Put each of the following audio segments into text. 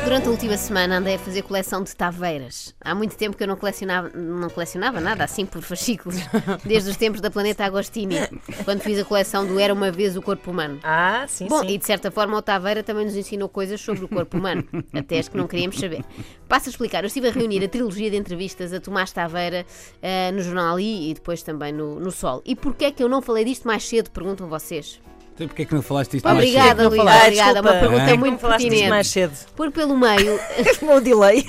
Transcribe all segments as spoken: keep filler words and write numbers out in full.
Durante a última semana andei a fazer coleção de taveiras. Há muito tempo que eu não colecionava, não colecionava nada assim por fascículos, desde os tempos da Planeta Agostini, quando fiz a coleção do Era Uma Vez o Corpo Humano. Ah, sim, Bom, sim. e de certa forma o Taveira também nos ensinou coisas sobre o corpo humano, até as que não queríamos saber. Passo a explicar, eu estive a reunir a trilogia de entrevistas a Tomás Taveira uh, no Jornal I e depois também no, no Sol. E porquê é que eu não falei disto mais cedo, perguntam vocês? Então porquê é que não falaste isto Obrigada, mais cedo? Luísa, Ah, obrigada. É uma desculpa. pergunta Ah. muito Não falaste disto pertinente. mais cedo. Porque pelo meio... O delay.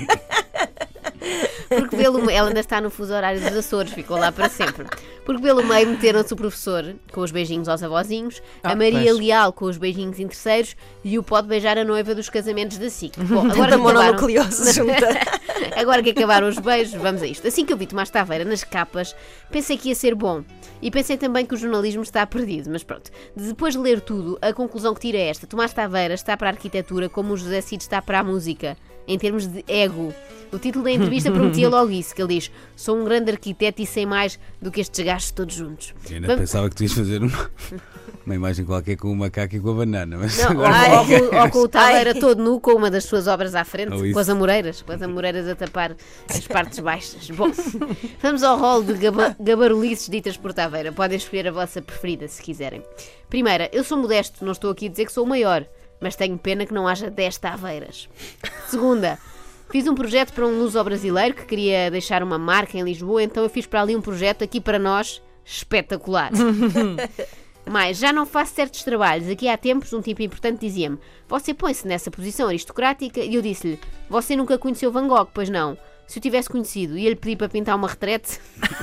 Porque pelo meio, ela ainda está no fuso horário dos Açores, ficou lá para sempre. Porque pelo meio meteram-se o professor com os beijinhos aos avózinhos, Ah, a Maria pois. Leal com os beijinhos interesseiros e o pode beijar a noiva dos casamentos da S I C. Bom, agora Tanta que acabaram... mononucleose junta. Agora que acabaram os beijos, vamos a isto. Assim que eu vi Tomás Taveira nas capas, pensei que ia ser bom. E pensei também que o jornalismo está perdido, mas pronto. Depois de ler tudo, a conclusão que tiro é esta. Tomás Taveira está para a arquitetura como o José Cid está para a música, em termos de ego. O título da entrevista prometia logo isso, que ele diz: sou um grande arquiteto e sei mais do que estes gajos todos juntos. Eu ainda Vamos- pensava que tu ias fazer uma, uma imagem qualquer com o macaco e com a banana. Mas Não, ou, agora... ou com- ou com o Taveira todo nu com uma das suas obras à frente, Ou isso. com as amoreiras, com as amoreiras a tapar as partes baixas. Bom, vamos ao rol de gaba gabarulices ditas por Taveira. Podem escolher a vossa preferida, se quiserem. Primeira, eu sou modesto, não estou aqui a dizer que sou o maior, mas tenho pena que não haja dez Taveiras. Segunda, fiz um projeto para um luso brasileiro que queria deixar uma marca em Lisboa, então eu fiz para ali um projeto aqui para nós espetacular. Mas já não faço certos trabalhos. Aqui há tempos um tipo importante dizia-me: você põe-se nessa posição aristocrática, e eu disse-lhe: você nunca conheceu Van Gogh, pois não? Se eu tivesse conhecido e ele pedir para pintar uma retrete,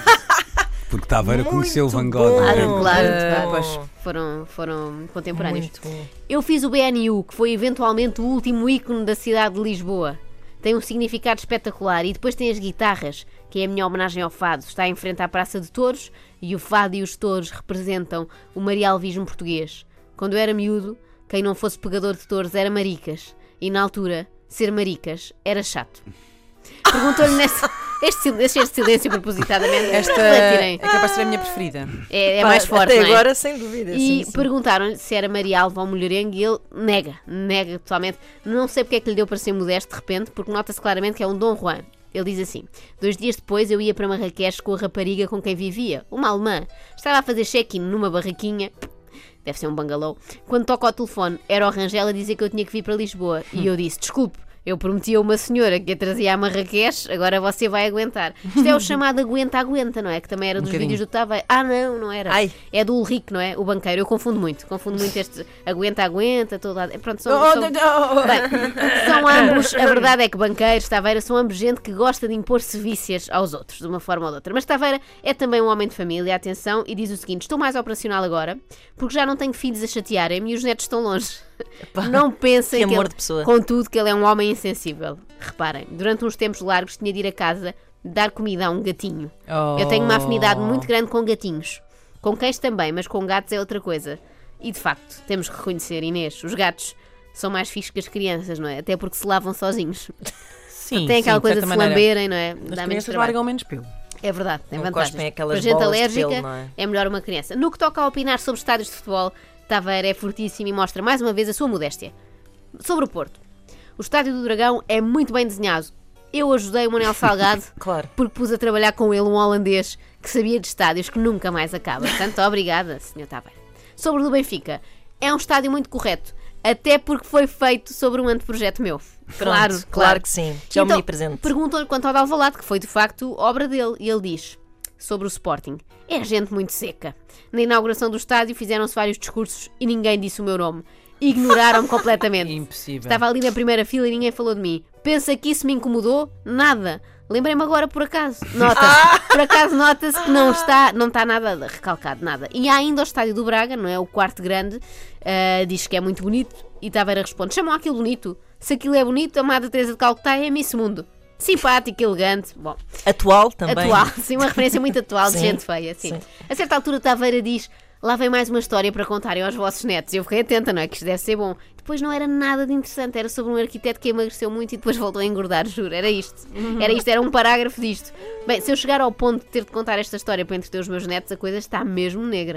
Porque Taveira Muito conheceu o Van Gogh. bom. não é? claro, claro, Ah, claro, pois. foram, foram contemporâneos. Muito bom. Eu fiz o B N U, que foi eventualmente o último ícone da cidade de Lisboa. Tem um significado espetacular. E depois tem as guitarras, que é a minha homenagem ao fado. Está em frente à Praça de Touros e o fado e os touros representam o marialvismo português. Quando eu era miúdo, quem não fosse pegador de touros era maricas. E na altura, ser maricas era chato. Perguntou-lhe nessa... Este, sil- este silêncio propositadamente. Esta para é refletirem. capaz de ser a minha preferida. É, é Pá, mais forte, até não é? agora, sem dúvida. E sim, sim. perguntaram-lhe se era Maria Alva ou mulherengo e ele nega, nega totalmente. Não sei porque é que lhe deu para ser modesto de repente, porque nota-se claramente que é um Dom Juan. Ele diz assim: dois dias depois eu ia para Marrakech com a rapariga com quem vivia, uma alemã. Estava a fazer check-in numa barraquinha, deve ser um bangalô, quando toca ao telefone. Era o Rangel a dizer que eu tinha que vir para Lisboa. E eu disse: desculpe, eu prometi a uma senhora que a trazia a Marrakech, agora você vai aguentar. Isto é o chamado aguenta-aguenta, não é? Que também era dos bocadinho. vídeos do Taveira. Ah, não, não era. Ai. É do Ulrich, não é? O banqueiro. Eu confundo muito. Confundo muito este aguenta-aguenta, todo lado. Pronto, são, Oh, são, oh, oh, oh. bem, são ambos, a verdade é que banqueiros, Taveira, são ambos gente que gosta de impor sevícias aos outros, de uma forma ou de outra. Mas Taveira é também um homem de família, atenção, e diz o seguinte: estou mais operacional agora, porque já não tenho filhos a chatearem-me e os netos estão longe. Não pensem que que, amor ele, de pessoa. contudo, que ele é um homem insensível. Reparem, durante uns tempos largos tinha de ir a casa dar comida a um gatinho. Eu tenho uma afinidade muito grande com gatinhos. Com cães também, mas com gatos é outra coisa. E de facto, temos que reconhecer, Inês, os gatos são mais fixos que as crianças, não é? Até porque se lavam sozinhos. Sim, Tem aquela sim, coisa de, certa se maneira. lamberem, não é? As Dá menos crianças trabalho. largam menos pelo. É verdade, tem Não vantagens. cospem aquelas Para gente bolas de alérgica, pelo, não é? é melhor uma criança. No que toca a opinar sobre estádios de futebol, Taveira é fortíssimo e mostra mais uma vez a sua modéstia. Sobre o Porto. O Estádio do Dragão é muito bem desenhado. Eu ajudei o Manuel Salgado Claro. porque pus a trabalhar com ele um holandês que sabia de estádios que nunca mais acaba. Portanto, obrigada, senhor Taveira. Sobre o do Benfica, é um estádio muito correto, até porque foi feito sobre um anteprojeto meu. Pronto, Claro, claro, claro. que sim. Já Então, me presente. perguntam-lhe quanto ao de Alvalade, que foi de facto obra dele, e ele diz sobre o Sporting: é gente muito seca. Na inauguração do estádio fizeram-se vários discursos e ninguém disse o meu nome. Ignoraram-me completamente. Impossível. Estava ali na primeira fila e ninguém falou de mim. Pensa que isso me incomodou? Nada. Lembrei-me agora por acaso. Nota-se. Por acaso nota-se que não está, não está nada recalcado, nada. E há ainda o estádio do Braga, não é? O quarto grande, ah, diz que é muito bonito. E Taveira responde: chamam aquilo bonito. Se aquilo é bonito, a Madre Teresa de Calcutá é Miss Mundo. Simpático, elegante. Bom, Atual também. atual. Sim, uma referência muito atual de Sim, gente feia. Sim. sim. A certa altura Taveira diz: lá vem mais uma história para contarem aos vossos netos. Eu fiquei atenta, não é? Que isto deve ser bom. Depois não era nada de interessante, era sobre um arquiteto que emagreceu muito e depois voltou a engordar, juro. Era isto. Era isto, era um parágrafo disto. Bem, se eu chegar ao ponto de ter de contar esta história para entreter os meus netos, a coisa está mesmo negra.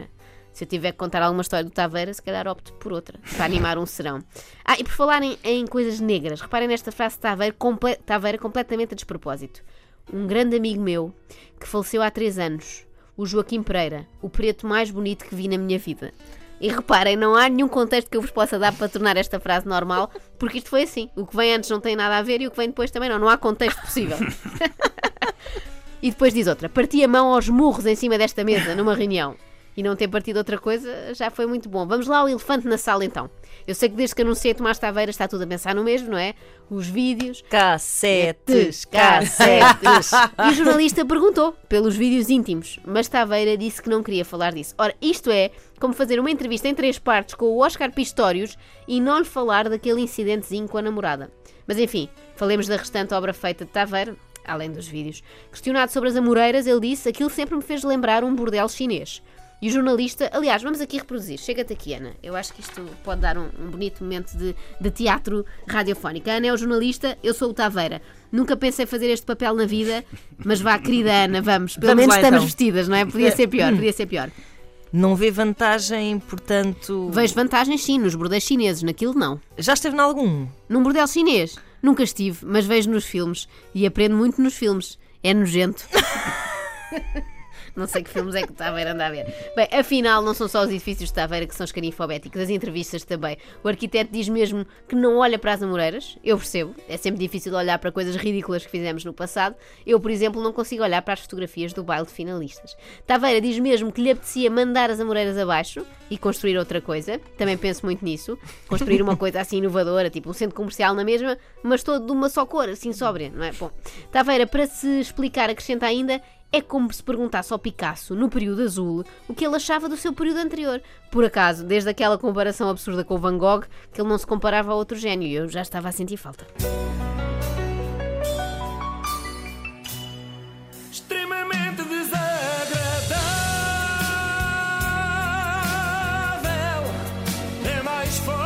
Se eu tiver que contar alguma história do Taveira, se calhar opto por outra, para animar um serão. Ah, e por falarem em coisas negras, reparem nesta frase de Taveira, comple Taveira completamente a despropósito. Um grande amigo meu, que faleceu há três anos, o Joaquim Pereira, o preto mais bonito que vi na minha vida. E reparem, não há nenhum contexto que eu vos possa dar para tornar esta frase normal, porque isto foi assim. O que vem antes não tem nada a ver e o que vem depois também não. Não há contexto possível. E depois diz outra. Parti a mão aos murros em cima desta mesa, numa reunião. E não ter partido outra coisa já foi muito bom. Vamos lá ao elefante na sala então. Eu sei que desde que anunciei Tomás Taveira está tudo a pensar no mesmo, não é? Os vídeos... Cassetes, cassetes. E o jornalista perguntou pelos vídeos íntimos, mas Taveira disse que não queria falar disso. Ora, isto é como fazer uma entrevista em três partes com o Oscar Pistorius e não lhe falar daquele incidentezinho com a namorada. Mas enfim, falemos da restante obra feita de Taveira, além dos vídeos. Questionado sobre as Amoreiras, ele disse: aquilo sempre me fez lembrar um bordel chinês. E o jornalista, aliás, vamos aqui reproduzir. Chega-te aqui, Ana. Eu acho que isto pode dar um, um bonito momento de, de teatro radiofónico. A Ana é o jornalista, eu sou o Taveira. Nunca pensei fazer este papel na vida, mas vá, querida Ana, vamos. Pelo Vamos menos lá, estamos então. vestidas, não é? Podia ser pior, podia ser pior. Não vê vantagem, portanto... Vejo vantagens sim, nos bordéis chineses, naquilo não. Já esteve em algum? Num bordel chinês? Nunca estive, mas vejo nos filmes. E aprendo muito nos filmes. É nojento. Não sei que filmes é que o Taveira anda a ver. Bem, afinal, não são só os edifícios de Taveira que são escanifobéticos, as entrevistas também. O arquiteto diz mesmo que não olha para as Amoreiras. Eu percebo, é sempre difícil olhar para coisas ridículas que fizemos no passado. Eu, por exemplo, não consigo olhar para as fotografias do baile de finalistas. Taveira diz mesmo que lhe apetecia mandar as Amoreiras abaixo e construir outra coisa. Também penso muito nisso. Construir uma coisa assim inovadora, tipo um centro comercial na mesma, mas todo de uma só cor, assim sóbria, não é? Bom, Taveira, para se explicar, acrescenta ainda... É como se perguntasse ao Picasso, no período azul, o que ele achava do seu período anterior. Por acaso, desde aquela comparação absurda com o Van Gogh, que ele não se comparava a outro gênio, e eu já estava a sentir falta. Extremamente desagradável. É mais forte.